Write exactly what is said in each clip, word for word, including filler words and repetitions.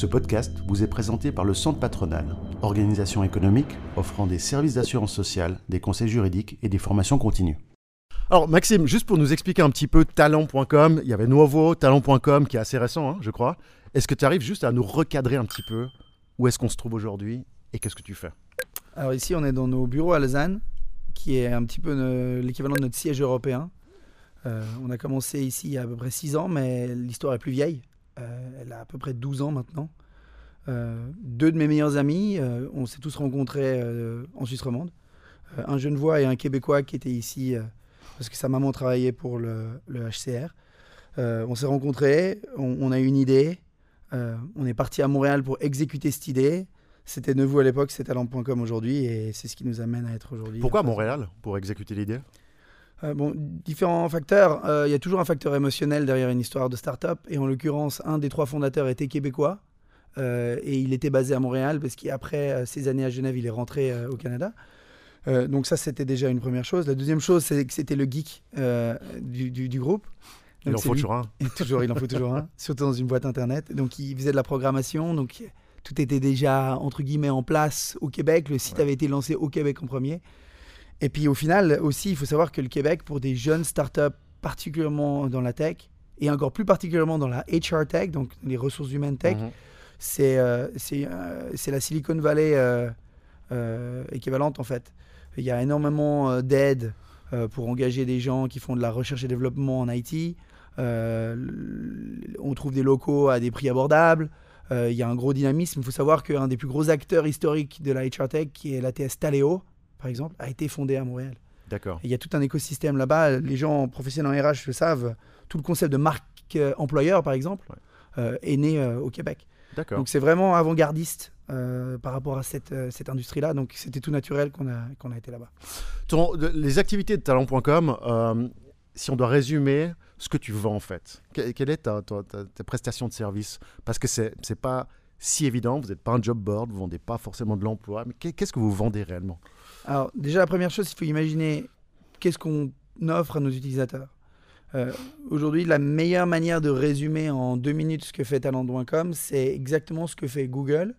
Ce podcast vous est présenté par le Centre Patronal, organisation économique offrant des services d'assurance sociale, des conseils juridiques et des formations continues. Alors Maxime, juste pour nous expliquer un petit peu talent point com, il y avait Nuovo, talent point com qui est assez récent, hein, je crois. Est-ce que tu arrives juste à nous recadrer un petit peu où est-ce qu'on se trouve aujourd'hui et qu'est-ce que tu fais? Alors ici, on est dans nos bureaux à Lausanne, qui est un petit peu ne, l'équivalent de notre siège européen. Euh, on a commencé ici il y a à peu près six ans, mais l'histoire est plus vieille. Euh, elle a à peu près douze ans maintenant. Euh, deux de mes meilleurs amis, euh, on s'est tous rencontrés euh, en Suisse romande. Euh, un Genevois et un Québécois qui étaient ici euh, parce que sa maman travaillait pour le, le H C R. Euh, on s'est rencontrés, on, on a eu une idée. Euh, on est parti à Montréal pour exécuter cette idée. C'était Neuvou à l'époque, c'est talent point com aujourd'hui et c'est ce qui nous amène à être aujourd'hui. Pourquoi Montréal pour exécuter l'idée? Euh, bon, différents facteurs. Il euh, y a toujours un facteur émotionnel derrière une histoire de start-up. Et en l'occurrence, un des trois fondateurs était québécois. Euh, et il était basé à Montréal parce qu'après euh, ces années à Genève, il est rentré euh, au Canada. Euh, donc ça, c'était déjà une première chose. La deuxième chose, c'est que c'était le geek euh, du, du, du groupe. Donc, il en faut lui... toujours un. Et toujours, il en faut toujours un, surtout dans une boîte internet. Donc il faisait de la programmation. Donc tout était déjà, entre guillemets, en place au Québec. Le site ouais. avait été lancé au Québec en premier. Et puis au final aussi, il faut savoir que le Québec, pour des jeunes startups, particulièrement dans la tech, et encore plus particulièrement dans la H R tech, donc les ressources humaines tech, mm-hmm. c'est, euh, c'est, euh, c'est la Silicon Valley euh, euh, équivalente en fait. Il y a énormément d'aides euh, pour engager des gens qui font de la recherche et développement en I T. Euh, on trouve des locaux à des prix abordables. Euh, il y a un gros dynamisme. Il faut savoir qu'un des plus gros acteurs historiques de la H R tech, qui est l'A T S Taleo, par exemple, a été fondé à Montréal. D'accord. Et il y a tout un écosystème là-bas. Les gens professionnels en R H le savent. Tout le concept de marque euh, employeur, par exemple, ouais. euh, est né euh, au Québec. D'accord. Donc c'est vraiment avant-gardiste euh, par rapport à cette, euh, cette industrie-là. Donc c'était tout naturel qu'on a, qu'on a été là-bas. Ton, de, les activités de talent point com, euh, si on doit résumer ce que tu vends en fait, que, quelle est ta, ta, ta, ta prestation de service? Parce que c'est, c'est pas si évident, vous n'êtes pas un job board, vous ne vendez pas forcément de l'emploi, mais qu'est-ce que vous vendez réellement? Alors déjà, la première chose, il faut imaginer qu'est-ce qu'on offre à nos utilisateurs. Euh, aujourd'hui, la meilleure manière de résumer en deux minutes ce que fait talent point com, c'est exactement ce que fait Google,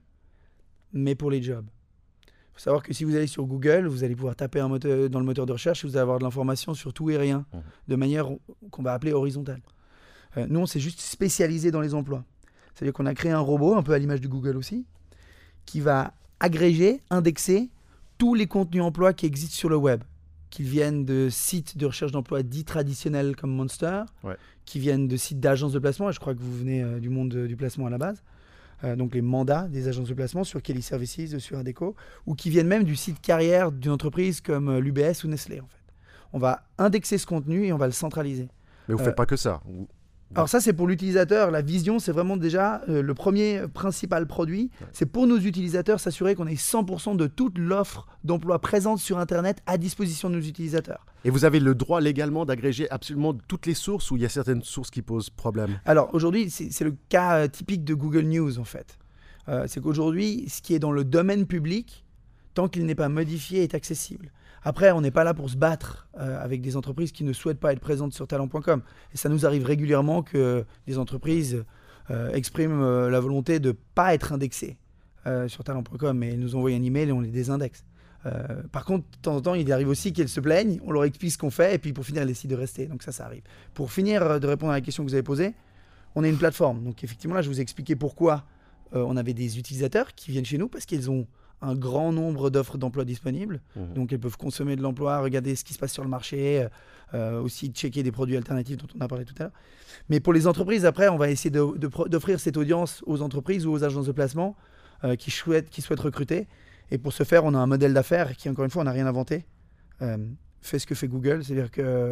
mais pour les jobs. Il faut savoir que si vous allez sur Google, vous allez pouvoir taper un moteur, dans le moteur de recherche et vous allez avoir de l'information sur tout et rien, mmh. de manière qu'on va appeler horizontale. Euh, nous, on s'est juste spécialisé dans les emplois. C'est-à-dire qu'on a créé un robot, un peu à l'image de Google aussi, qui va agréger, indexer tous les contenus emploi qui existent sur le web, qu'ils viennent de sites de recherche d'emploi dits traditionnels comme Monster, ouais. qui viennent de sites d'agences de placement, et je crois que vous venez euh, du monde de, du placement à la base, euh, donc les mandats des agences de placement sur Kelly Services, sur Adecco, ou qui viennent même du site carrière d'une entreprise comme euh, l'U B S ou Nestlé. En fait. On va indexer ce contenu et on va le centraliser. Mais vous ne euh, faites pas que ça. Vous... Alors ça, c'est pour l'utilisateur. La vision, c'est vraiment déjà euh, le premier principal produit. Ouais. C'est pour nos utilisateurs s'assurer qu'on ait cent pour cent de toute l'offre d'emploi présente sur Internet à disposition de nos utilisateurs. Et vous avez le droit légalement d'agréger absolument toutes les sources ou il y a certaines sources qui posent problème? Alors aujourd'hui, c'est, c'est le cas euh, typique de Google News en fait. Euh, c'est qu'aujourd'hui, ce qui est dans le domaine public, tant qu'il n'est pas modifié, est accessible. Après, on n'est pas là pour se battre euh, avec des entreprises qui ne souhaitent pas être présentes sur talent point com. Et ça nous arrive régulièrement que des entreprises euh, expriment euh, la volonté de ne pas être indexées euh, sur talent point com. Et nous envoient un email et on les désindexe. Euh, par contre, de temps en temps, il arrive aussi qu'elles se plaignent, on leur explique ce qu'on fait et puis pour finir, elles décident de rester. Donc ça, ça arrive. Pour finir de répondre à la question que vous avez posée, on est une plateforme. Donc effectivement, là, je vous ai expliqué pourquoi euh, on avait des utilisateurs qui viennent chez nous parce qu'ils ont un grand nombre d'offres d'emploi disponibles. Mmh. Donc, elles peuvent consommer de l'emploi, regarder ce qui se passe sur le marché, euh, aussi checker des produits alternatifs dont on a parlé tout à l'heure. Mais pour les entreprises, après, on va essayer de, de, d'offrir cette audience aux entreprises ou aux agences de placement euh, qui, souhaitent, qui souhaitent recruter. Et pour ce faire, on a un modèle d'affaires qui, encore une fois, on n'a rien inventé. Euh, fait ce que fait Google, c'est-à-dire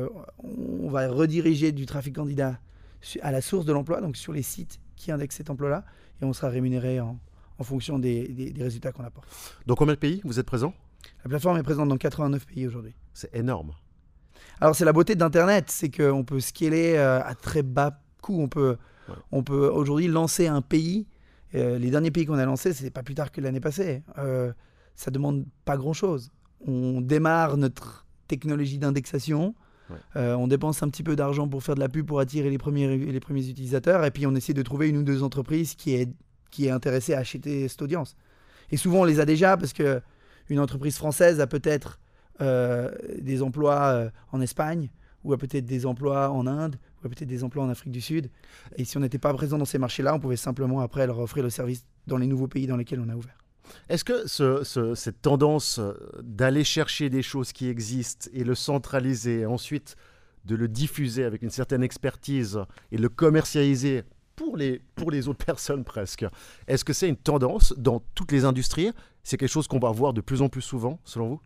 qu'on va rediriger du trafic candidat à la source de l'emploi, donc sur les sites qui indexent cet emploi-là, et on sera rémunéré en en fonction des, des, des résultats qu'on apporte. Dans combien de pays vous êtes présent? La plateforme est présente dans quatre-vingt-neuf pays aujourd'hui. C'est énorme. Alors, c'est la beauté d'Internet, c'est qu'on peut scaler euh, à très bas coût. On peut, ouais. on peut aujourd'hui lancer un pays. Euh, les derniers pays qu'on a lancés, ce n'est pas plus tard que l'année passée. Euh, ça ne demande pas grand-chose. On démarre notre technologie d'indexation. Ouais. Euh, on dépense un petit peu d'argent pour faire de la pub, pour attirer les premiers, les premiers utilisateurs. Et puis, on essaie de trouver une ou deux entreprises qui aient qui est intéressé à acheter cette audience. Et souvent, on les a déjà parce qu'une entreprise française a peut-être euh, des emplois euh, en Espagne, ou a peut-être des emplois en Inde, ou a peut-être des emplois en Afrique du Sud. Et si on n'était pas présent dans ces marchés-là, on pouvait simplement après leur offrir le service dans les nouveaux pays dans lesquels on a ouvert. Est-ce que ce, ce, cette tendance d'aller chercher des choses qui existent et le centraliser, et ensuite de le diffuser avec une certaine expertise et le commercialiser pour les, pour les autres personnes presque, est-ce que c'est une tendance dans toutes les industries? C'est quelque chose qu'on va voir de plus en plus souvent, selon vous?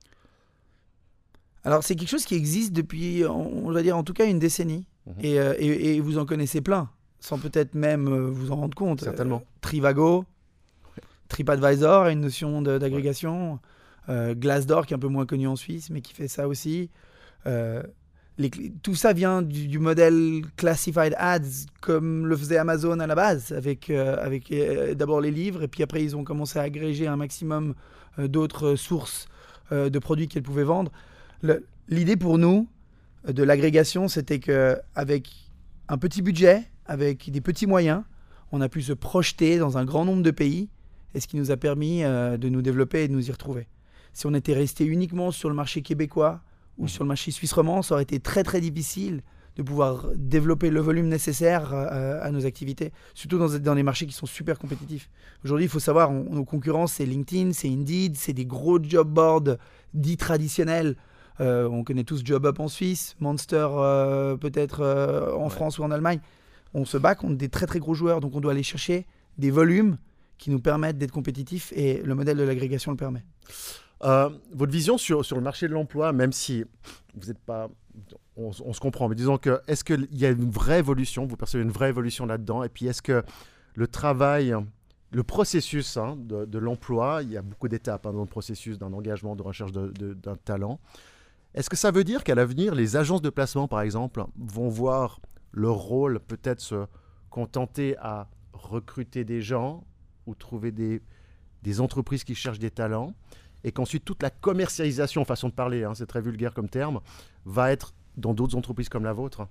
Alors, c'est quelque chose qui existe depuis, on va dire, en tout cas une décennie. Mmh. Et, euh, et, et vous en connaissez plein, sans peut-être même euh, vous en rendre compte. Certainement. Euh, Trivago, ouais. TripAdvisor a une notion de, d'agrégation. Ouais. Euh, Glassdoor, qui est un peu moins connu en Suisse, mais qui fait ça aussi. Euh, les, tout ça vient du, du modèle Classified Ads, comme le faisait Amazon à la base, avec, euh, avec euh, d'abord les livres, et puis après, ils ont commencé à agréger un maximum euh, d'autres sources euh, de produits qu'ils pouvaient vendre. Le, l'idée pour nous de l'agrégation, c'était qu'avec un petit budget, avec des petits moyens, on a pu se projeter dans un grand nombre de pays, et ce qui nous a permis euh, de nous développer et de nous y retrouver. Si on était resté uniquement sur le marché québécois ou mmh. sur le marché suisse romand, ça aurait été très très difficile de pouvoir développer le volume nécessaire euh, à nos activités, surtout dans, dans les marchés qui sont super compétitifs. Aujourd'hui, il faut savoir, on, nos concurrents, c'est LinkedIn, c'est Indeed, c'est des gros job boards dits traditionnels. Euh, on connaît tous JobUp en Suisse, Monster euh, peut-être euh, en ouais. France ou en Allemagne. On se bat contre des très très gros joueurs, donc on doit aller chercher des volumes qui nous permettent d'être compétitifs et le modèle de l'agrégation le permet. Euh, votre vision sur, sur le marché de l'emploi, même si vous n'êtes pas... On, on se comprend, mais disons que est-ce qu'il y a une vraie évolution, vous percevez une vraie évolution là-dedans, et puis est-ce que le travail... Le processus hein, de, de l'emploi, il y a beaucoup d'étapes hein, dans le processus d'un engagement, de recherche de, de, d'un talent. Est-ce que ça veut dire qu'à l'avenir, les agences de placement, par exemple, vont voir leur rôle peut-être se contenter à recruter des gens ou trouver des, des entreprises qui cherchent des talents, et qu'ensuite toute la commercialisation, façon de parler, hein, c'est très vulgaire comme terme, va être dans d'autres entreprises comme la vôtre?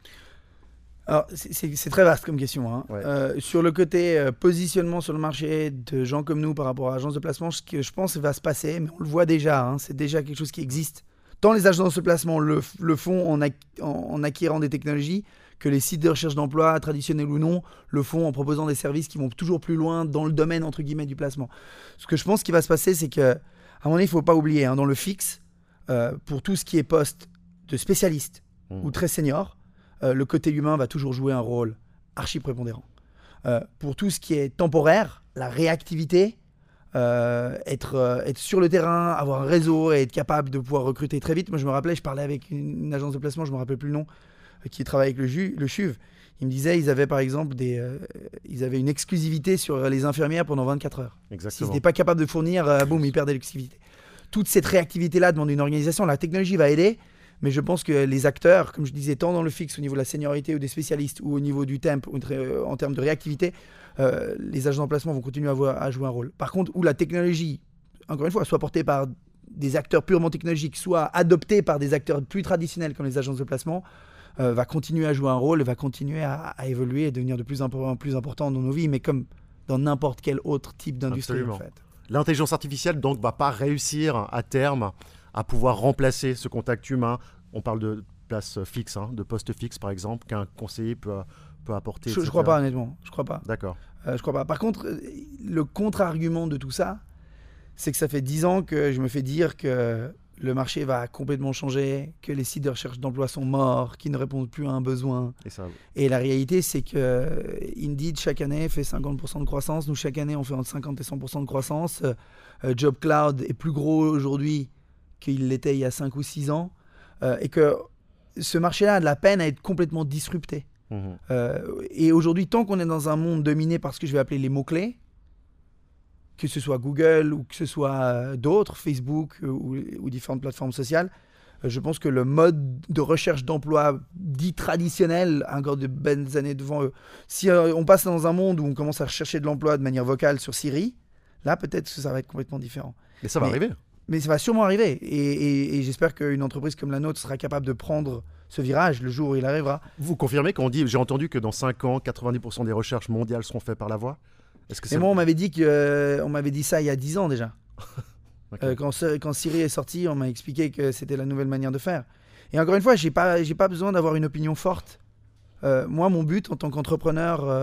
Alors, c'est, c'est, c'est très vaste comme question. Hein. Ouais. Euh, sur le côté euh, positionnement sur le marché de gens comme nous par rapport à agences de placement, ce que je pense va se passer, mais on le voit déjà, hein, c'est déjà quelque chose qui existe. Tant les agences de placement le, le font en, ac- en, en acquérant des technologies, que les sites de recherche d'emploi, traditionnels ou non, le font en proposant des services qui vont toujours plus loin dans le domaine entre guillemets du placement. Ce que je pense qui va se passer, c'est qu'à un moment donné, il ne faut pas oublier, hein, dans le fixe, euh, pour tout ce qui est poste de spécialiste mmh. ou très senior, Euh, le côté humain va toujours jouer un rôle archi prépondérant. Euh, pour tout ce qui est temporaire, la réactivité, euh, être, euh, être sur le terrain, avoir un réseau et être capable de pouvoir recruter très vite. Moi, je me rappelais, je parlais avec une, une agence de placement, je ne me rappelle plus le nom, euh, qui travaille avec le, ju- le C U V. Ils me disaient ils avaient par exemple des, euh, ils avaient une exclusivité sur les infirmières pendant vingt-quatre heures. Exactement. S'ils n'étaient pas capables de fournir, euh, boum, ils perdaient l'exclusivité. Toute cette réactivité-là demande une organisation. La technologie va aider. Mais je pense que les acteurs, comme je disais, tant dans le fixe au niveau de la seniorité ou des spécialistes ou au niveau du temp ou euh, en termes de réactivité, euh, les agents d'emplacement vont continuer à, avoir, à jouer un rôle. Par contre, où la technologie, encore une fois, soit portée par des acteurs purement technologiques, soit adoptée par des acteurs plus traditionnels comme les agences de placement, euh, va continuer à jouer un rôle et va continuer à, à évoluer et devenir de plus en plus important dans nos vies, mais comme dans n'importe quel autre type d'industrie. En fait. L'intelligence artificielle, donc, ne va pas réussir à terme à pouvoir remplacer ce contact humain. On parle de place fixe, hein, de poste fixe par exemple, qu'un conseiller peut, peut apporter. Je ne crois pas honnêtement, je crois pas. D'accord. Euh, je crois pas. Par contre, le contre-argument de tout ça, c'est que ça fait dix ans que je me fais dire que le marché va complètement changer, que les sites de recherche d'emploi sont morts, qu'ils ne répondent plus à un besoin. Et, ça... Et la réalité, c'est que Indeed, chaque année, fait cinquante pour cent de croissance. Nous, chaque année, on fait entre cinquante et cent pour cent de croissance. Euh, JobCloud est plus gros aujourd'hui qu'il l'était il y a cinq ou six ans, euh, et que ce marché-là a de la peine à être complètement disrupté. Mmh. Euh, et aujourd'hui, tant qu'on est dans un monde dominé par ce que je vais appeler les mots-clés, que ce soit Google ou que ce soit d'autres, Facebook ou, ou différentes plateformes sociales, euh, je pense que le mode de recherche d'emploi dit traditionnel a encore de belles années devant eux. Si euh, on passe dans un monde où on commence à rechercher de l'emploi de manière vocale sur Siri, là, peut-être que ça va être complètement différent. Mais ça va Mais, arriver. Mais ça va sûrement arriver. Et, et, et j'espère qu'une entreprise comme la nôtre sera capable de prendre ce virage le jour où il arrivera. Vous confirmez qu'on dit, j'ai entendu que dans cinq ans, quatre-vingt-dix pour cent des recherches mondiales seront faites par la voix ? Est-ce que Et c'est... moi, on m'avait dit que, euh, on m'avait dit ça il y a dix ans déjà. Ok. Euh, quand, quand Siri est sorti, on m'a expliqué que c'était la nouvelle manière de faire. Et encore une fois, j'ai pas, j'ai pas besoin d'avoir une opinion forte. Euh, moi, mon but en tant qu'entrepreneur euh,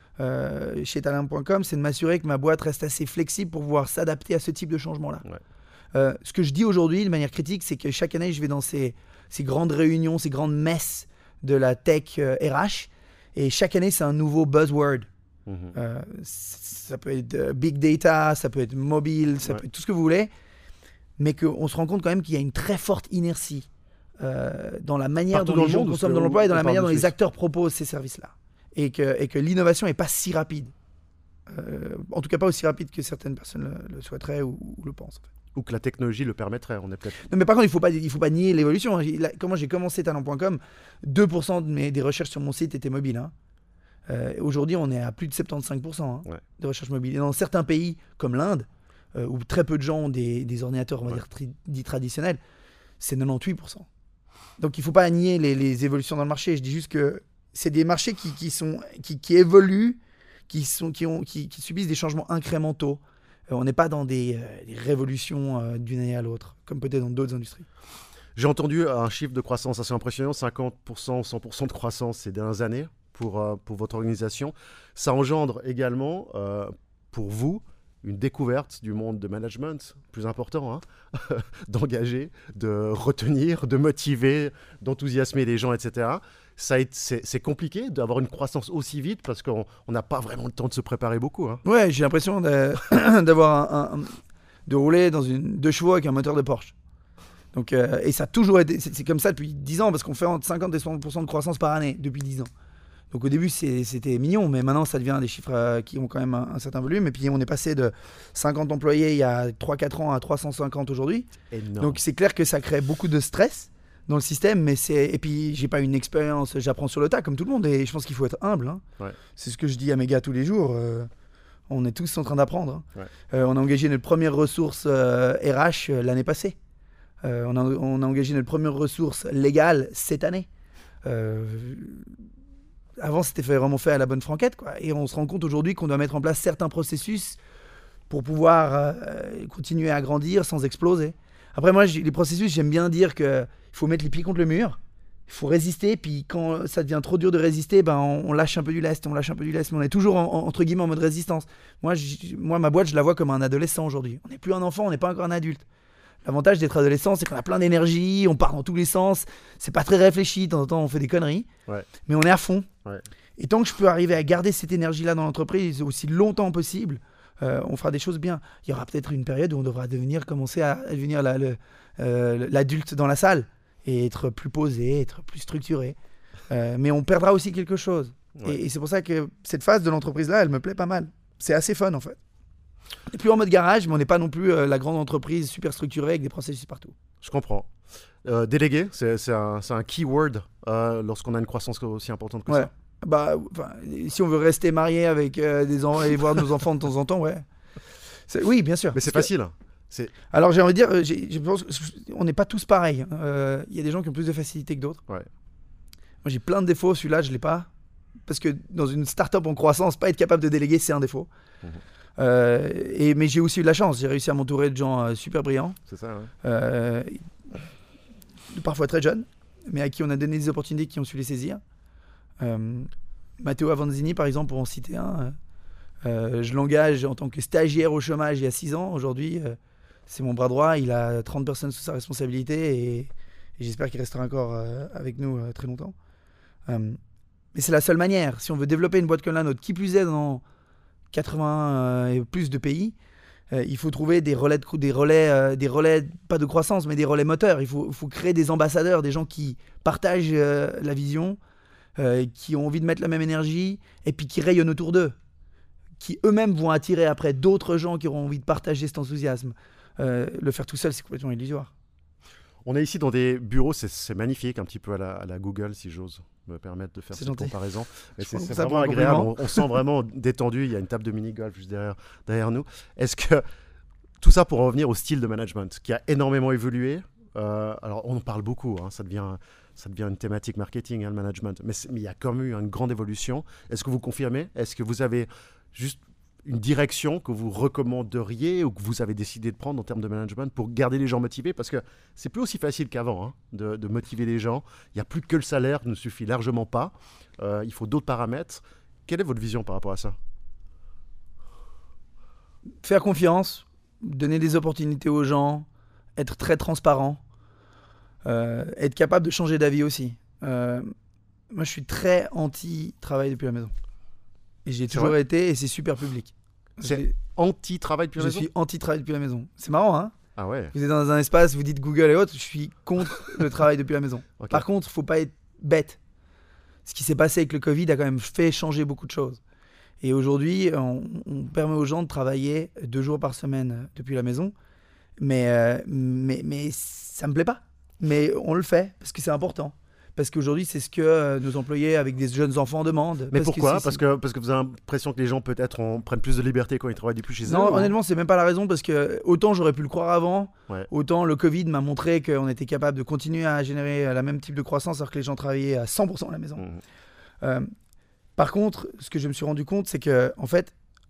euh, chez talent point com, c'est de m'assurer que ma boîte reste assez flexible pour pouvoir s'adapter à ce type de changement-là. Ouais. Euh, ce que je dis aujourd'hui de manière critique, c'est que chaque année, je vais dans ces, ces grandes réunions, ces grandes messes de la tech euh, R H. Et chaque année, c'est un nouveau buzzword. Mhm. Euh, ça peut être euh, big data, ça peut être mobile, ça Ouais. peut être tout ce que vous voulez, mais qu'on se rend compte quand même qu'il y a une très forte inertie euh, dans la manière Partout dont dans les le gens monde, consomment parce dans que l'emploi et dans on la parle manière de dont les Suisse. acteurs proposent ces services-là. Et que, et que l'innovation n'est pas si rapide. Euh, en tout cas, pas aussi rapide que certaines personnes le, le souhaiteraient ou, ou le pensent. En fait. Ou que la technologie le permettrait. On est peut-être... Non, mais par contre, il ne faut pas, il faut pas nier l'évolution. Comment j'ai commencé talent point com, deux pour cent de mes, des recherches sur mon site étaient mobiles. Hein. Euh, aujourd'hui, on est à plus de soixante-quinze pour cent hein, Ouais. de recherche mobile. Et dans certains pays, comme l'Inde, euh, où très peu de gens ont des, des ordinateurs, on va Ouais. dire, tri- dits traditionnels, c'est quatre-vingt-dix pour cent. Donc il ne faut pas nier les, les évolutions dans le marché. Je dis juste que c'est des marchés qui, qui, sont, qui, qui évoluent, qui, sont, qui, ont, qui, qui subissent des changements incrémentaux. Euh, on n'est pas dans des, euh, des révolutions euh, d'une année à l'autre, comme peut-être dans d'autres industries. J'ai entendu un chiffre de croissance assez impressionnant, cinquante pour cent, cent pour cent de croissance ces dernières années pour, euh, pour votre organisation. Ça engendre également, euh, pour vous, une découverte du monde de management plus important, hein, d'engager, de retenir, de motiver, d'enthousiasmer les gens, et cetera. Ça a été- c'est, c'est compliqué d'avoir une croissance aussi vite parce qu'on on n'a pas vraiment le temps de se préparer beaucoup. Hein. Ouais, j'ai l'impression de- d'avoir un, un- de rouler dans une deux chevaux avec un moteur de Porsche. Donc, euh, et ça a toujours été, c'est, c'est comme ça depuis dix ans parce qu'on fait entre cinquante et soixante pour cent de croissance par année depuis dix ans. Donc au début c'est, c'était mignon, mais maintenant ça devient des chiffres euh, qui ont quand même un, un certain volume. Et puis on est passé de cinquante employés il y a trois quatre ans à trois cent cinquante aujourd'hui. Énorme. Donc c'est clair que ça crée beaucoup de stress dans le système, mais c'est et puis j'ai pas une expérience, j'apprends sur le tas comme tout le monde et je pense qu'il faut être humble. Hein. Ouais. C'est ce que je dis à mes gars tous les jours. euh, on est tous en train d'apprendre. Hein. Ouais. Euh, on a engagé notre première ressource euh, R H euh, l'année passée. Euh, on, a, on a engagé notre première ressource légale cette année. Euh, avant, c'était fait, vraiment fait à la bonne franquette, quoi. Et on se rend compte aujourd'hui qu'on doit mettre en place certains processus pour pouvoir euh, continuer à grandir sans exploser. Après, moi, j'ai- les processus, j'aime bien dire qu'il faut mettre les pieds contre le mur, il faut résister, puis quand ça devient trop dur de résister, ben, on, on lâche un peu du lest, on lâche un peu du lest, mais on est toujours, en, en- entre guillemets, en mode résistance. Moi, j'- moi, ma boîte, je la vois comme un adolescent aujourd'hui. On n'est plus un enfant, on n'est pas encore un adulte. L'avantage d'être adolescent, c'est qu'on a plein d'énergie, on part dans tous les sens, c'est pas très réfléchi, de temps en temps, on fait des conneries, Ouais. mais on est à fond. Ouais. Et tant que je peux arriver à garder cette énergie-là dans l'entreprise aussi longtemps possible, euh, on fera des choses bien. Il y aura peut-être une période où on devra devenir, commencer à devenir la- le- euh, l'adulte dans la salle et être plus posé, être plus structuré. Euh, mais on perdra aussi quelque chose. Ouais. Et, et c'est pour ça que cette phase de l'entreprise-là, elle me plaît pas mal. C'est assez fun en fait. On n'est plus en mode garage, mais on n'est pas non plus euh, la grande entreprise super structurée avec des processus partout. Je comprends. Euh, délégué, c'est, c'est, un, c'est un keyword euh, lorsqu'on a une croissance aussi importante que Ouais. ça. Bah, enfin, si on veut rester marié avec euh, des enfants et voir nos enfants de temps en temps, ouais. C'est- Oui, bien sûr. Mais c'est Parce que- facile. C'est... Alors j'ai envie de dire, euh, j'ai- je pense qu'on n'est pas tous pareils. hein. Euh, Il y a des gens qui ont plus de facilité que d'autres. Ouais. Moi j'ai plein de défauts, celui-là je l'ai pas. Parce que dans une start-up en croissance, pas être capable de déléguer, c'est un défaut. Mhm. Euh, et, mais j'ai aussi eu de la chance, j'ai réussi à m'entourer de gens euh, super brillants, C'est ça, ouais. euh, parfois très jeunes, mais à qui on a donné des opportunités qui ont su les saisir. Euh, Matteo Avanzini par exemple, pour en citer un, euh, euh, je l'engage en tant que stagiaire au chômage il y a six ans. Aujourd'hui, euh, c'est mon bras droit, il a trente personnes sous sa responsabilité et, et j'espère qu'il restera encore euh, avec nous euh, très longtemps. Euh, mais c'est la seule manière. Si on veut développer une boîte comme la nôtre, qui plus est dans quatre-vingts euh, et plus de pays, euh, il faut trouver des relais, de, des, relais, euh, des relais, pas de croissance, mais des relais moteurs. Il faut, faut créer des ambassadeurs, des gens qui partagent euh, la vision, euh, qui ont envie de mettre la même énergie et puis qui rayonnent autour d'eux, qui eux-mêmes vont attirer après d'autres gens qui auront envie de partager cet enthousiasme. Euh, le faire tout seul, c'est complètement illusoire. On est ici dans des bureaux, c'est, c'est magnifique, un petit peu à la, à la Google, si j'ose me permettre de faire C'est cette gentil. comparaison. Mais Je c'est, prends c'est ça vraiment pour un agréable, on, compliment. on sent vraiment détendu, il y a une table de mini-golf juste derrière, derrière nous. Est-ce que tout ça pour en revenir au style de management, qui a énormément évolué, euh, alors on en parle beaucoup, hein, ça, devient, ça devient une thématique marketing, hein, le management, mais, mais il y a quand même eu une grande évolution. Est-ce que vous confirmez? Est-ce que vous avez juste une direction que vous recommanderiez ou que vous avez décidé de prendre en termes de management pour garder les gens motivés? Parce que c'est plus aussi facile qu'avant hein, de, de motiver les gens. Il n'y a plus que le salaire, ne suffit largement pas. Euh, il faut d'autres paramètres. Quelle est votre vision par rapport à ça? Faire confiance, donner des opportunités aux gens, être très transparent, euh, être capable de changer d'avis aussi. Euh, moi, je suis très anti-travail depuis la maison. Et j'ai toujours vrai été, et c'est super public. C'est J'ai- anti-travail depuis la Je maison? suis anti-travail depuis la maison. C'est marrant, hein? Ah ouais. Vous êtes dans un espace, vous dites Google et autres, je suis contre le travail depuis la maison. Ok. Par contre, il ne faut pas être bête. Ce qui s'est passé avec le Covid a quand même fait changer beaucoup de choses. Et aujourd'hui, on, on permet aux gens de travailler deux jours par semaine depuis la maison. Mais, euh, mais, mais ça ne me plaît pas. Mais on le fait parce que c'est important. Parce qu'aujourd'hui, c'est ce que euh, nos employés avec des jeunes enfants demandent. Mais Parce que pourquoi? c'est- Parce que, parce que vous avez l'impression que les gens peut-être en prennent plus de liberté quand ils travaillent depuis chez eux? Non, ou- honnêtement, c'est même pas la raison parce que autant j'aurais pu le croire avant, Ouais. autant le Covid m'a montré qu'on était capable de continuer à générer la même type de croissance alors que les gens travaillaient à cent pour cent à la maison. Mhm. Euh, par contre, ce que je me suis rendu compte, c'est que en fait,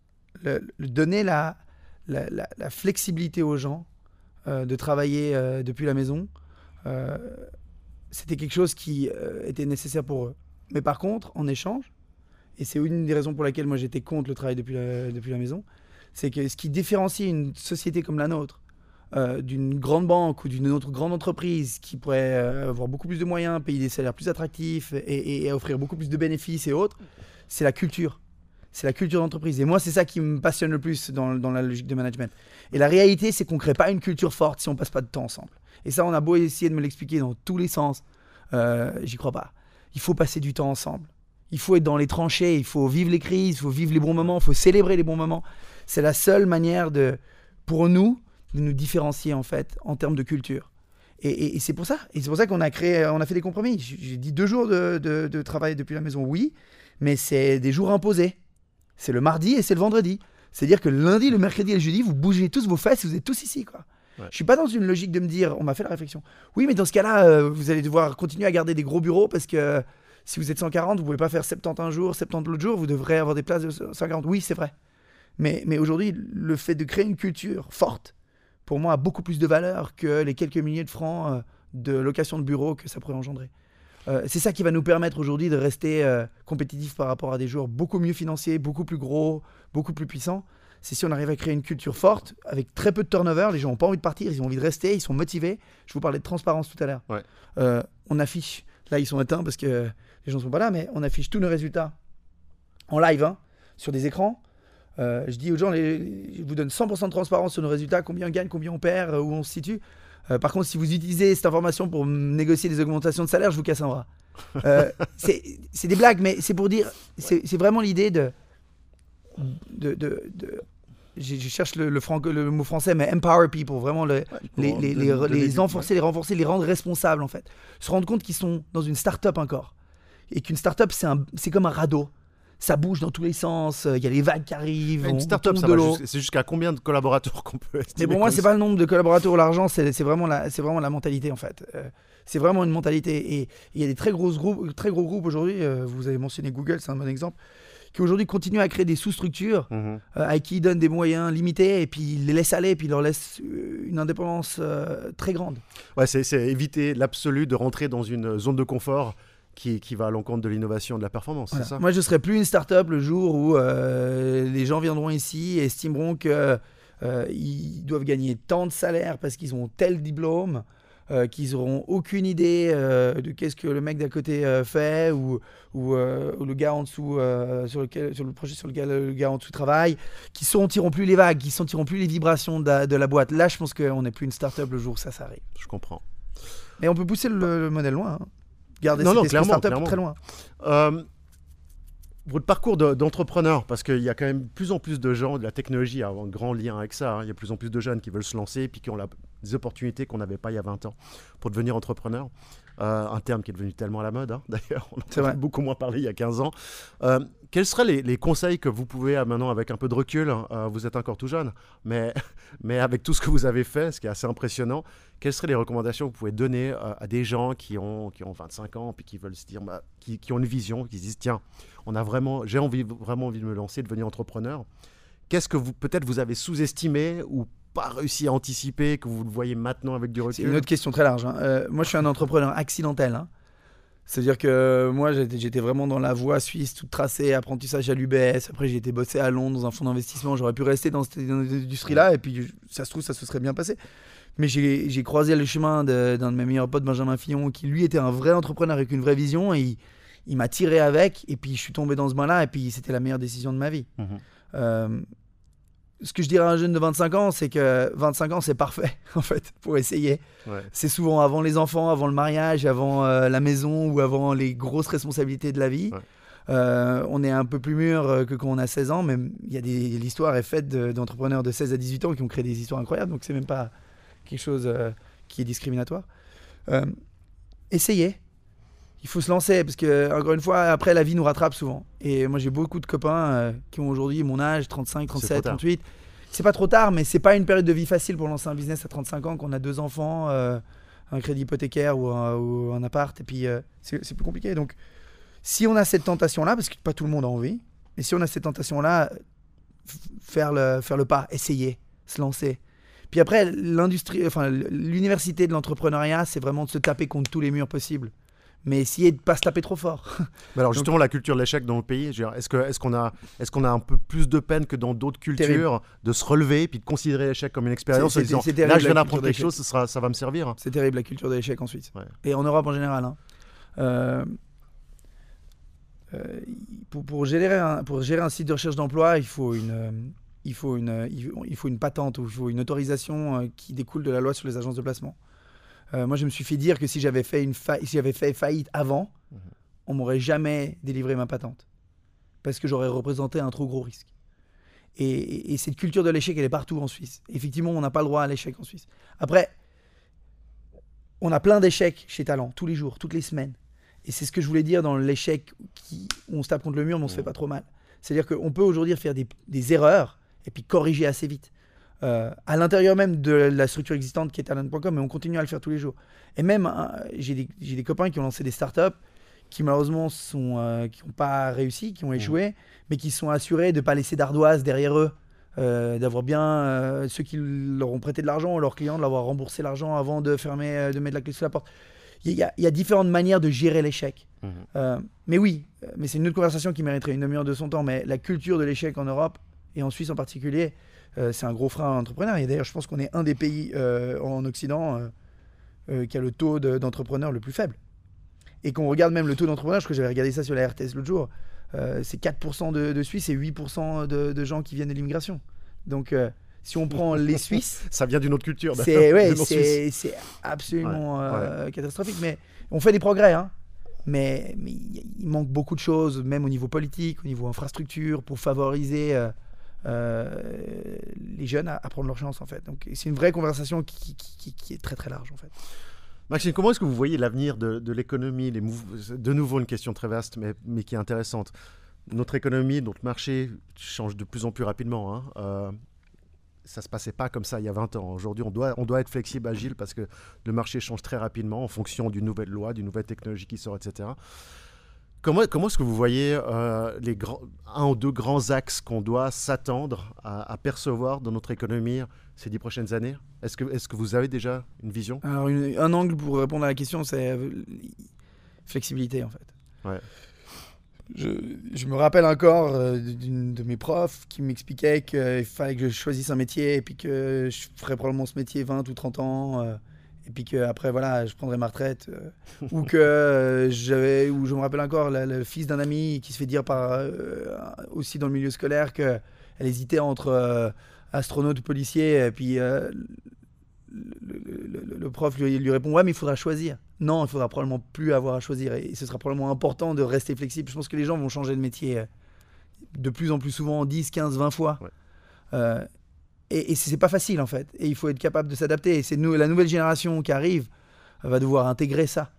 le, le donner la, la, la- la flexibilité aux gens euh, de travailler euh, depuis la maison, euh, c'était quelque chose qui euh, était nécessaire pour eux. Mais par contre, en échange, et c'est une des raisons pour laquelle moi j'étais contre le travail depuis la, depuis la maison, c'est que ce qui différencie une société comme la nôtre euh, d'une grande banque ou d'une autre grande entreprise qui pourrait euh, avoir beaucoup plus de moyens, payer des salaires plus attractifs et, et- et offrir beaucoup plus de bénéfices et autres, c'est la culture. C'est la culture d'entreprise. Et moi, c'est ça qui me passionne le plus dans, dans la logique de management. Et la réalité, c'est qu'on ne crée pas une culture forte si on ne passe pas de temps ensemble. Et ça, on a beau essayer de me l'expliquer dans tous les sens, euh, j'y crois pas. Il faut passer du temps ensemble. Il faut être dans les tranchées, il faut vivre les crises, il faut vivre les bons moments, il faut célébrer les bons moments. C'est la seule manière de, pour nous de nous différencier en fait en termes de culture. Et, et- et c'est pour ça. Et c'est pour ça qu'on a créé, on a fait des compromis. J'ai j'ai dit deux jours de, de- de travail depuis la maison, oui, mais c'est des jours imposés. C'est le mardi et c'est le vendredi. C'est-à-dire que le lundi, le mercredi et le jeudi, vous bougez tous vos fesses, vous êtes tous ici, quoi. Ouais. Je suis pas dans une logique de me dire, on m'a fait la réflexion. Oui, mais dans ce cas-là, euh, vous allez devoir continuer à garder des gros bureaux parce que si vous êtes cent quarante, vous pouvez pas faire soixante-dix un jour, soixante-dix l'autre jour, vous devrez avoir des places de cent quarante. Oui, c'est vrai. Mais, mais aujourd'hui, le fait de créer une culture forte, pour moi, a beaucoup plus de valeur que les quelques milliers de francs euh, de location de bureau que ça pourrait engendrer. Euh, c'est ça qui va nous permettre aujourd'hui de rester euh, compétitifs par rapport à des joueurs beaucoup mieux financiers, beaucoup plus gros, beaucoup plus puissants. C'est si on arrive à créer une culture forte, avec très peu de turnover, les gens n'ont pas envie de partir, ils ont envie de rester, ils sont motivés. Je vous parlais de transparence tout à l'heure. Ouais. Euh, on affiche, là ils sont éteints parce que les gens ne sont pas là, mais on affiche tous nos résultats en live, hein, sur des écrans. Euh, je dis aux gens, les- je vous donne cent pour cent de transparence sur nos résultats, combien on gagne, combien on perd, euh, où on se situe. Euh, par contre, si vous utilisez cette information pour m- négocier des augmentations de salaire, je vous casse un bras. Euh, c'est c'est des blagues, mais c'est pour dire, c'est c'est vraiment l'idée de, de, de, de- je, je cherche le, le, franco- le mot français, mais empower people, vraiment le, les, Pour les, donner- les, donner les du- enforcer, les renforcer, les rendre responsables en fait. Se rendre compte qu'ils sont dans une start-up encore. Et qu'une start-up, c'est un- c'est comme un radeau. Ça bouge dans tous les sens, il y a les vagues qui arrivent, Une on start-up, tombe ça de va l'eau. jus- c'est jusqu'à combien de collaborateurs qu'on peut estimer? Mais pour moi, comme c'est ça pas le nombre de collaborateurs ou l'argent, c'est c'est vraiment, la- c'est vraiment la mentalité en fait. Euh, c'est vraiment une mentalité. Et il y a des très, grosses groupes, très gros groupes aujourd'hui, euh, vous avez mentionné Google, c'est un bon exemple, qui aujourd'hui continuent à créer des sous-structures Mhm. euh, à qui ils donnent des moyens limités et puis ils les laissent aller et puis ils leur laissent euh, une indépendance euh, très grande. Ouais, c'est c'est éviter l'absolu de rentrer dans une zone de confort qui, qui va à l'encontre de l'innovation et de la performance, Voilà. c'est ça? Moi, je ne serai plus une start-up le jour où euh, les gens viendront ici et estimeront qu'ils doivent gagner tant de salaire parce qu'ils ont tel diplôme, euh, qu'ils n'auront aucune idée euh, de qu'est-ce que le mec d'à côté euh, fait ou, ou, euh, ou le gars en dessous, euh, sur, lequel, sur le projet sur lequel le gars en dessous travaille, qui ne sentiront plus les vagues, qui ne sentiront plus les vibrations de la, de la boîte. Là, je pense qu'on n'est plus une start-up le jour où ça, ça arrive. Je comprends. Mais on peut pousser le, le modèle loin. Hein. Garder Non, cet non, esprit clairement, start-up clairement. très loin. Euh, votre parcours de- d'entrepreneur, parce qu'il y a quand même de plus en plus de gens, de la technologie a un grand lien avec ça, hein. Il y a de plus en plus de jeunes qui veulent se lancer et puis qui ont la- des opportunités qu'on n'avait pas il y a vingt ans pour devenir entrepreneur. Euh, un terme qui est devenu tellement à la mode, hein. D'ailleurs, on en C'est vrai. a beaucoup moins parlé il y a quinze ans. Euh, quels seraient les, les conseils que vous pouvez, euh, maintenant avec un peu de recul, euh, vous êtes encore tout jeune, mais, mais avec tout ce que vous avez fait, ce qui est assez impressionnant, quelles seraient les recommandations que vous pouvez donner euh, à des gens qui ont, qui ont vingt-cinq ans puis qui veulent se dire, bah, qui, qui ont une vision, qui se disent, tiens, on a vraiment, j'ai envie, vraiment envie de me lancer, de devenir entrepreneur. qu'est-ce que vous, peut-être vous avez sous-estimé ou pas réussi à anticiper, que vous le voyez maintenant avec du recul? C'est une autre question très large. Hein. Euh, moi, je suis un entrepreneur accidentel. Hein. C'est-à-dire que moi, j'étais, j'étais vraiment dans la voie suisse, toute tracée, apprentissage à l'U B S. Après, j'ai été bossé à Londres dans un fonds d'investissement. J'aurais pu rester dans cette, dans cette industrie-là et puis, ça se trouve, ça se serait bien passé. Mais j'ai, j'ai croisé le chemin de, d'un de mes meilleurs potes, Benjamin Fillon, qui lui était un vrai entrepreneur avec une vraie vision. Et il, il m'a tiré avec. Et puis, je suis tombé dans ce bain-là. Et puis, c'était la meilleure décision de ma vie. Mmh. Euh, ce que je dirais à un jeune de vingt-cinq ans, c'est que vingt-cinq ans, c'est parfait, en fait, pour essayer. Ouais. C'est souvent avant les enfants, avant le mariage, avant euh, la maison ou avant les grosses responsabilités de la vie. Ouais. Euh, on est un peu plus mûr que quand on a seize ans, mais il y a des, l'histoire est faite de, d'entrepreneurs de seize à dix-huit ans qui ont créé des histoires incroyables, donc c'est même pas quelque chose euh, qui est discriminatoire. Euh, essayez. Il faut se lancer parce que, encore une fois, après, la vie nous rattrape souvent. Et moi, j'ai beaucoup de copains euh, qui ont aujourd'hui mon âge, trente-cinq, trente-sept, trente-huit. C'est pas trop tard, mais c'est pas une période de vie facile pour lancer un business à trente-cinq ans, qu'on a deux enfants, euh, un crédit hypothécaire ou un, ou un appart. Et puis, euh, c'est, c'est plus compliqué. Donc, si on a cette tentation-là, parce que pas tout le monde a envie, mais si on a cette tentation-là, f- faire, le, faire le pas, essayer, se lancer. Puis après, l'industrie, enfin, l'université de l'entrepreneuriat, c'est vraiment de se taper contre tous les murs possibles. Mais essayer de ne pas se taper trop fort. Mais alors justement, donc, la culture de l'échec dans le pays, je veux dire, est-ce, que, est-ce, qu'on a, est-ce qu'on a un peu plus de peine que dans d'autres cultures terrible. De se relever puis de considérer l'échec comme une expérience c'est, en disant, c'est, c'est là je viens d'apprendre quelque chose, ça, sera, ça va me servir. C'est terrible la culture de l'échec en Suisse. Ouais. Et en Europe en général. Hein. Euh, euh, pour, pour, gérer un, pour gérer un site de recherche d'emploi, il faut une... Euh, il faut, une, il faut une patente ou il faut une autorisation euh, qui découle de la loi sur les agences de placement. Euh, moi, je me suis fait dire que si j'avais fait, une fa... si j'avais fait faillite avant, mmh. on ne m'aurait jamais délivré ma patente. Parce que j'aurais représenté un trop gros risque. Et, et, et cette culture de l'échec, elle est partout en Suisse. Effectivement, on n'a pas le droit à l'échec en Suisse. Après, on a plein d'échecs chez Talent, tous les jours, toutes les semaines. Et c'est ce que je voulais dire dans l'échec qui, où on se tape contre le mur, mais on ne mmh. se fait pas trop mal. C'est-à-dire qu'on peut aujourd'hui faire des, des erreurs et puis corriger assez vite. Euh, à l'intérieur même de la structure existante qui est talent point com, mais on continue à le faire tous les jours. Et même, hein, j'ai, des, j'ai des copains qui ont lancé des startups qui malheureusement sont, euh, qui n'ont pas réussi, qui ont échoué, mmh. mais qui sont assurés de ne pas laisser d'ardoise derrière eux, euh, d'avoir bien euh, ceux qui leur ont prêté de l'argent, leurs clients, de leur avoir remboursé l'argent avant de, fermer, de mettre la clé sous la porte. Il y, y a différentes manières de gérer l'échec. Mmh. Euh, mais oui, mais c'est une autre conversation qui mériterait une demi-heure de son temps, mais la culture de l'échec en Europe, et en Suisse en particulier, Euh, c'est un gros frein à l'entrepreneur. Et d'ailleurs, je pense qu'on est un des pays euh, en Occident euh, euh, qui a le taux de, d'entrepreneurs le plus faible. Et qu'on regarde même le taux d'entrepreneurs, je crois que j'avais regardé ça sur la R T S l'autre jour, euh, c'est quatre pour cent de, de Suisses et huit pour cent de, de gens qui viennent de l'immigration. Donc, euh, si on prend les Suisses... ça vient d'une autre culture. C'est, ouais, c'est, c'est absolument ouais, euh, ouais. catastrophique. Mais on fait des progrès, hein. Mais, mais il manque beaucoup de choses, même au niveau politique, au niveau infrastructure, pour favoriser... Euh, Euh, les jeunes à, à prendre leur chance en fait. Donc c'est une vraie conversation qui, qui, qui, qui est très très large en fait. Maxime, comment est-ce que vous voyez l'avenir de, de l'économie, les mouv... de nouveau une question très vaste mais, mais qui est intéressante. Notre économie, notre marché change de plus en plus rapidement. Hein. Euh, ça ne se passait pas comme ça il y a vingt ans. Aujourd'hui, on doit, on doit être flexible, agile parce que le marché change très rapidement en fonction d'une nouvelle loi, d'une nouvelle technologie qui sort, et cetera. Comment, comment est-ce que vous voyez euh, les grands, un ou deux grands axes qu'on doit s'attendre à, à percevoir dans notre économie ces dix prochaines années? Est-ce que, est-ce que vous avez déjà une vision? Alors, une, un angle pour répondre à la question, c'est euh, flexibilité en fait. Ouais. Je, je me rappelle encore euh, d'une de mes profs qui m'expliquait qu'il fallait que je choisisse un métier et puis que je ferais probablement ce métier vingt ou trente ans. Euh, et puis qu'après, voilà, je prendrais ma retraite. Euh, ou que euh, j'avais, ou je me rappelle encore, la, le fils d'un ami qui se fait dire par, euh, aussi dans le milieu scolaire qu'elle hésitait entre euh, astronaute ou policier. Et puis euh, le, le, le, le prof lui, lui répond « Ouais, mais il faudra choisir. » Non, il faudra probablement plus avoir à choisir. Et ce sera probablement important de rester flexible. Je pense que les gens vont changer de métier de plus en plus souvent, dix, quinze, vingt fois. Ouais. Euh, Et, et c'est pas facile en fait, et il faut être capable de s'adapter. Et c'est nous, la nouvelle génération qui arrive va devoir intégrer ça.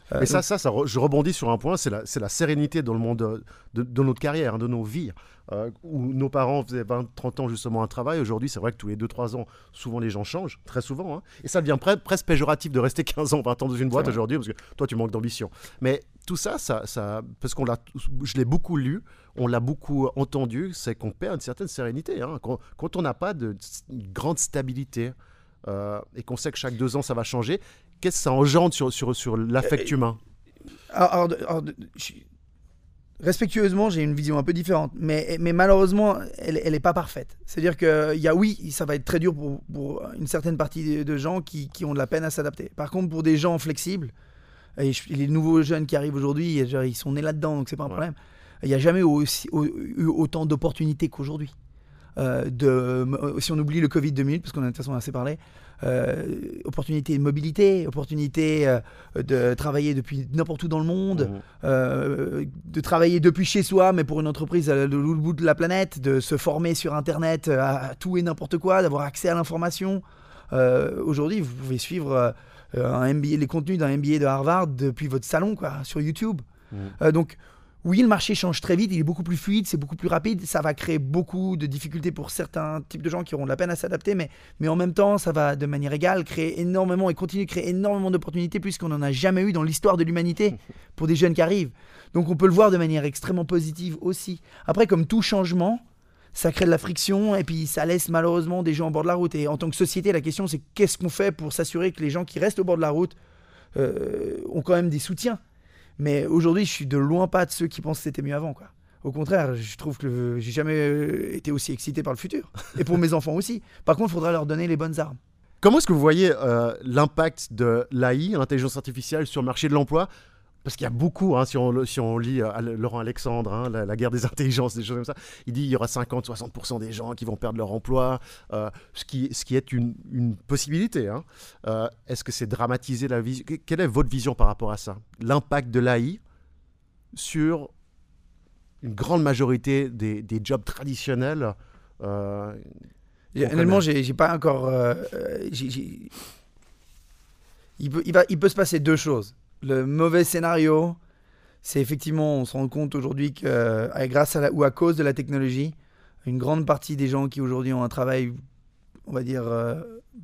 Mais ça, ça, ça re- je rebondis sur un point, c'est la, c'est la sérénité dans le monde de, de, de notre carrière, hein, de nos vies. Euh, où nos parents faisaient vingt, trente ans justement un travail. Aujourd'hui, c'est vrai que tous les deux trois ans, souvent les gens changent, très souvent. Hein, et ça devient pre- presque péjoratif de rester quinze ans, vingt ans dans une boîte aujourd'hui, parce que toi, tu manques d'ambition. Mais tout ça, ça, ça parce qu'on l'a, je l'ai beaucoup lu, on l'a beaucoup entendu, c'est qu'on perd une certaine sérénité. Hein, quand, quand on n'a pas de, de grande stabilité euh, et qu'on sait que chaque deux ans, ça va changer, qu'est-ce que ça engendre sur, sur, sur l'affect Euh, humain? Alors, alors, alors, je- respectueusement, j'ai une vision un peu différente, mais, mais malheureusement, elle n'est pas parfaite. C'est-à-dire que, y a, oui, ça va être très dur pour, pour une certaine partie de, de gens qui, qui ont de la peine à s'adapter. Par contre, pour des gens flexibles, et je- les nouveaux jeunes qui arrivent aujourd'hui, genre, ils sont nés là-dedans, donc c'est pas un Ouais. problème. Il n'y a jamais aussi, au- eu autant d'opportunités qu'aujourd'hui. Euh, de, si on oublie le Covid deux mille, parce qu'on a de toute façon assez parlé, euh, opportunité de mobilité, opportunité euh, de travailler depuis n'importe où dans le monde, Mmh. euh, de travailler depuis chez soi, mais pour une entreprise à l'autre bout de la planète, de se former sur Internet à, à tout et n'importe quoi, d'avoir accès à l'information. Euh, Aujourd'hui, vous pouvez suivre euh, un M B A, les contenus d'un M B A de Harvard depuis votre salon, quoi, sur YouTube. Mmh. Euh, donc, oui, le marché change très vite, il est beaucoup plus fluide, c'est beaucoup plus rapide, ça va créer beaucoup de difficultés pour certains types de gens qui auront de la peine à s'adapter, mais, mais en même temps, ça va de manière égale créer énormément et continuer de créer énormément d'opportunités puisqu'on n'en a jamais eu dans l'histoire de l'humanité pour des jeunes qui arrivent. Donc on peut le voir de manière extrêmement positive aussi. Après, comme tout changement, ça crée de la friction et puis ça laisse malheureusement des gens au bord de la route. Et en tant que société, la question c'est qu'est-ce qu'on fait pour s'assurer que les gens qui restent au bord de la route euh, ont quand même des soutiens. Mais aujourd'hui, je suis de loin pas de ceux qui pensent que c'était mieux avant, quoi. Au contraire, je trouve que j'ai jamais euh, été aussi excité par le futur. Et pour mes enfants aussi. Par contre, il faudra leur donner les bonnes armes. Comment est-ce que vous voyez euh, l'impact de l'A I, l'intelligence artificielle, sur le marché de l'emploi? Parce qu'il y a beaucoup, hein, si, on, si on lit euh, Laurent Alexandre, hein, la, la guerre des intelligences, des choses comme ça, il dit qu'il y aura cinquante à soixante pour cent des gens qui vont perdre leur emploi, euh, ce, qui, ce qui est une, une possibilité. Hein. Euh, est-ce que c'est dramatiser la vision? Quelle est votre vision par rapport à ça? L'impact de l'A I sur une grande majorité des, des jobs traditionnels euh, Honnêtement, j'ai, j'ai pas encore. Euh, j'ai, j'ai... Il, peut, il, va, il peut se passer deux choses. Le mauvais scénario, c'est effectivement, on se rend compte aujourd'hui que, euh, grâce à la, ou à cause de la technologie, une grande partie des gens qui aujourd'hui ont un travail, on va dire, euh,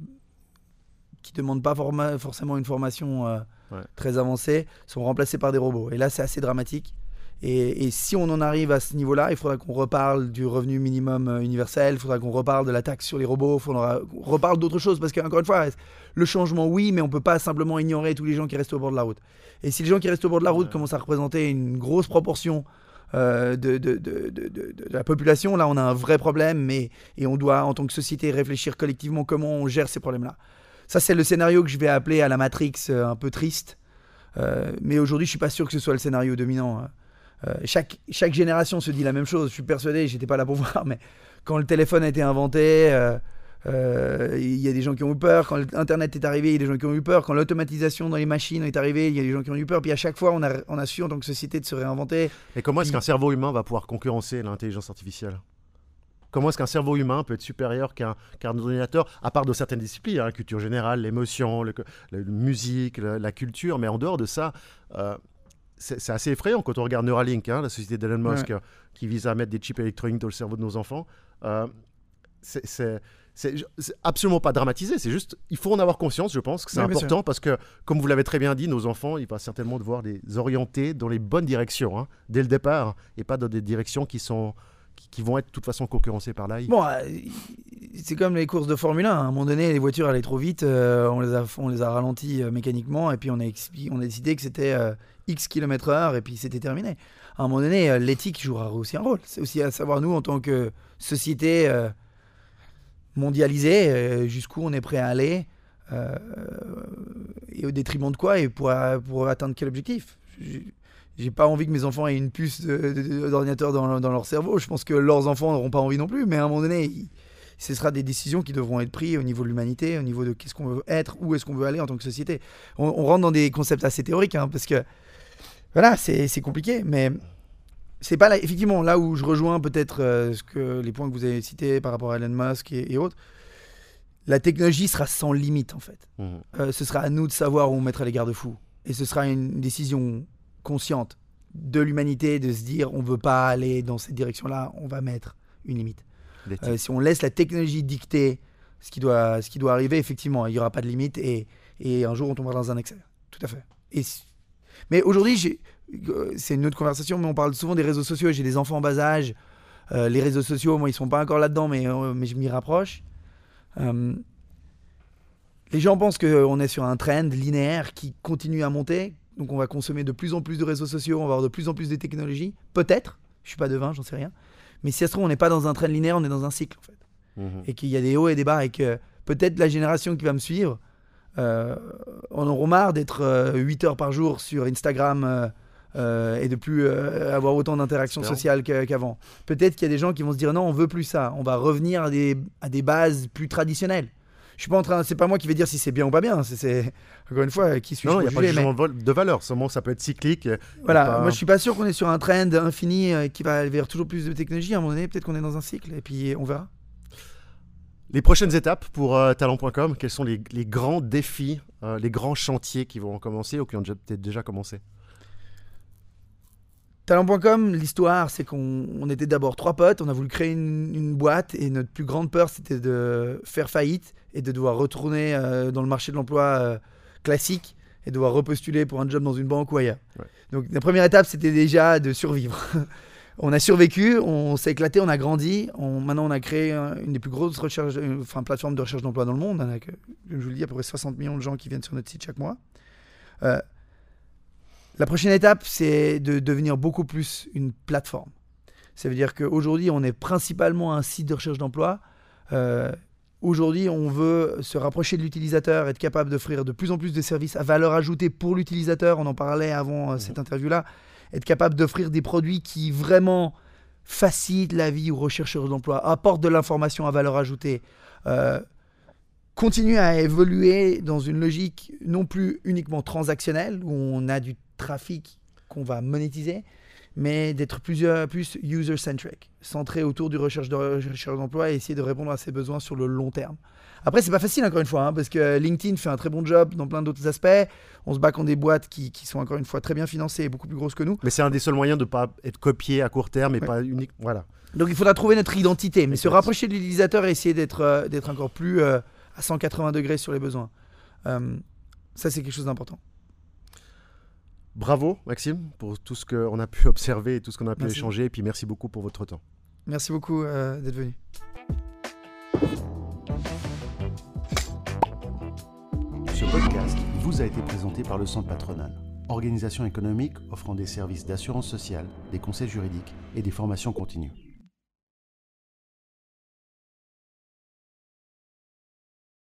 qui ne demandent pas forma- forcément une formation euh, ouais. très avancée, sont remplacés par des robots. Et là, c'est assez dramatique. Et, et si on en arrive à ce niveau-là, il faudra qu'on reparle du revenu minimum euh, universel, il faudra qu'on reparle de la taxe sur les robots, il faudra qu'on reparle d'autres choses. Parce qu'encore une fois, le changement, oui, mais on ne peut pas simplement ignorer tous les gens qui restent au bord de la route. Et si les gens qui restent au bord de la route ouais. commencent à représenter une grosse proportion euh, de, de, de, de, de, de la population, là, on a un vrai problème. Mais, et on doit, en tant que société, réfléchir collectivement comment on gère ces problèmes-là. Ça, c'est le scénario que je vais appeler à la Matrix euh, un peu triste. Euh, mais aujourd'hui, je ne suis pas sûr que ce soit le scénario dominant. Hein. Euh, chaque, chaque génération se dit la même chose. Je suis persuadé, j'étais pas là pour voir, mais quand le téléphone a été inventé, euh, euh, il y a des gens qui ont eu peur. Quand Internet est arrivé, il y a des gens qui ont eu peur. Quand l'automatisation dans les machines est arrivée, il y a des gens qui ont eu peur. Puis à chaque fois, on a, on a su en tant que société de se réinventer. Et comment est-ce Puis... qu'un cerveau humain va pouvoir concurrencer l'intelligence artificielle? Comment est-ce qu'un cerveau humain peut être supérieur qu'un, qu'un ordinateur, à part de certaines disciplines, hein, culture générale, l'émotion, le, la musique, la, la culture, mais en dehors de ça... Euh, C'est, c'est assez effrayant quand on regarde Neuralink, hein, la société d'Elon Musk, ouais. euh, qui vise à mettre des chips électroniques dans le cerveau de nos enfants. Euh, c'est, c'est, c'est, c'est absolument pas dramatisé, c'est juste, il faut en avoir conscience, je pense, que c'est ouais, important parce que, comme vous l'avez très bien dit, nos enfants, il va certainement devoir les orienter dans les bonnes directions, hein, dès le départ, et pas dans des directions qui sont... qui vont être de toute façon concurrencées par l'A I. Bon, euh, c'est comme les courses de Formule un. À un moment donné, les voitures allaient trop vite, euh, on, les a, on les a ralenties euh, mécaniquement, et puis on a, expli- on a décidé que c'était euh, X kilomètres heure, et puis c'était terminé. À un moment donné, euh, l'éthique jouera aussi un rôle. C'est aussi à savoir, nous, en tant que société euh, mondialisée, euh, jusqu'où on est prêt à aller, euh, et au détriment de quoi, et pour, pour atteindre quel objectif. Je, J'ai pas envie que mes enfants aient une puce de, de, de, d'ordinateur dans, dans leur cerveau. Je pense que leurs enfants n'auront pas envie non plus. Mais à un moment donné, il, ce sera des décisions qui devront être prises au niveau de l'humanité, au niveau de qu'est-ce qu'on veut être, où est-ce qu'on veut aller en tant que société. On, on rentre dans des concepts assez théoriques, hein, parce que voilà, c'est, c'est compliqué. Mais c'est pas là, effectivement là où je rejoins peut-être euh, ce que, les points que vous avez cités par rapport à Elon Musk et, et autres. La technologie sera sans limite, en fait. Mmh. Euh, ce sera à nous de savoir où on mettra les garde-fous. et ce sera une décision consciente de l'humanité de se dire on ne veut pas aller dans cette direction-là, on va mettre une limite. Euh, si on laisse la technologie dicter ce qui doit, ce qui doit arriver, effectivement, il n'y aura pas de limite et, et un jour on tombera dans un excès. Tout à fait. Et, mais aujourd'hui, j'ai, euh, c'est une autre conversation, mais on parle souvent des réseaux sociaux. J'ai des enfants en bas âge. Euh, les réseaux sociaux, moi, ils ne sont pas encore là-dedans, mais, euh, mais je m'y rapproche. Euh, les gens pensent qu'on est sur un trend linéaire qui continue à monter. Donc on va consommer de plus en plus de réseaux sociaux, on va avoir de plus en plus de technologies. Peut-être, je ne suis pas devin, j'en sais rien. Mais si ça se trouve, on n'est pas dans un trend linéaire, on est dans un cycle en fait. Mmh. Et qu'il y a des hauts et des bas et que peut-être la génération qui va me suivre euh, en auront marre d'être euh, huit heures par jour sur Instagram euh, euh, et de plus euh, avoir autant d'interactions sociales qu'avant. Peut-être qu'il y a des gens qui vont se dire non, on veut plus ça, on va revenir à des, à des bases plus traditionnelles. Je suis pas en train, c'est pas moi qui vais dire si c'est bien ou pas bien. C'est, c'est encore une fois qui suis-je. Non, il n'y a pas de jugement mais... de valeur. Seulement, ça peut être cyclique. Voilà. Pas... Moi, je suis pas sûr qu'on est sur un trend infini euh, qui va aller vers toujours plus de technologie. À un moment donné, peut-être qu'on est dans un cycle et puis on verra. Les prochaines étapes pour euh, talent point com, quels sont les, les grands défis, euh, les grands chantiers qui vont commencer ou qui ont déjà, peut-être déjà commencé? talent point com, l'histoire, c'est qu'on on était d'abord trois potes, on a voulu créer une, une boîte et notre plus grande peur, c'était de faire faillite et de devoir retourner euh, dans le marché de l'emploi euh, classique et devoir repostuler pour un job dans une banque ou ailleurs. Ouais. Donc la première étape, c'était déjà de survivre. On a survécu, on s'est éclaté, on a grandi. On, maintenant, on a créé une des plus grosses recherches, enfin, plateformes de recherche d'emploi dans le monde. On a, comme je vous le dis, à peu près soixante millions de gens qui viennent sur notre site chaque mois. Euh, La prochaine étape, c'est de devenir beaucoup plus une plateforme. Ça veut dire qu'aujourd'hui, on est principalement un site de recherche d'emploi. Euh, aujourd'hui, on veut se rapprocher de l'utilisateur, être capable d'offrir de plus en plus de services à valeur ajoutée pour l'utilisateur. On en parlait avant euh, cette interview-là. Être capable d'offrir des produits qui vraiment facilitent la vie aux rechercheurs d'emploi, apportent de l'information à valeur ajoutée. Euh, continuer à évoluer dans une logique non plus uniquement transactionnelle, où on a du trafic qu'on va monétiser, mais d'être plus, euh, plus user-centric, centré autour du recherche de recherche d'emploi et essayer de répondre à ses besoins sur le long terme. Après, c'est pas facile encore une fois, hein, parce que LinkedIn fait un très bon job dans plein d'autres aspects. On se bat contre des boîtes qui, qui sont encore une fois très bien financées et beaucoup plus grosses que nous. Mais c'est un des seuls moyens de ne pas être copié à court terme et ouais. pas unique. Voilà. Donc il faudra trouver notre identité, mais se rapprocher de l'utilisateur et essayer d'être, euh, d'être encore plus euh, à cent quatre-vingts degrés sur les besoins. Euh, ça, c'est quelque chose d'important. Bravo Maxime pour tout ce qu'on a pu observer et tout ce qu'on a pu merci. échanger. Et puis merci beaucoup pour votre temps. Merci beaucoup euh, d'être venu. Ce podcast vous a été présenté par le Centre Patronal, organisation économique offrant des services d'assurance sociale, des conseils juridiques et des formations continues.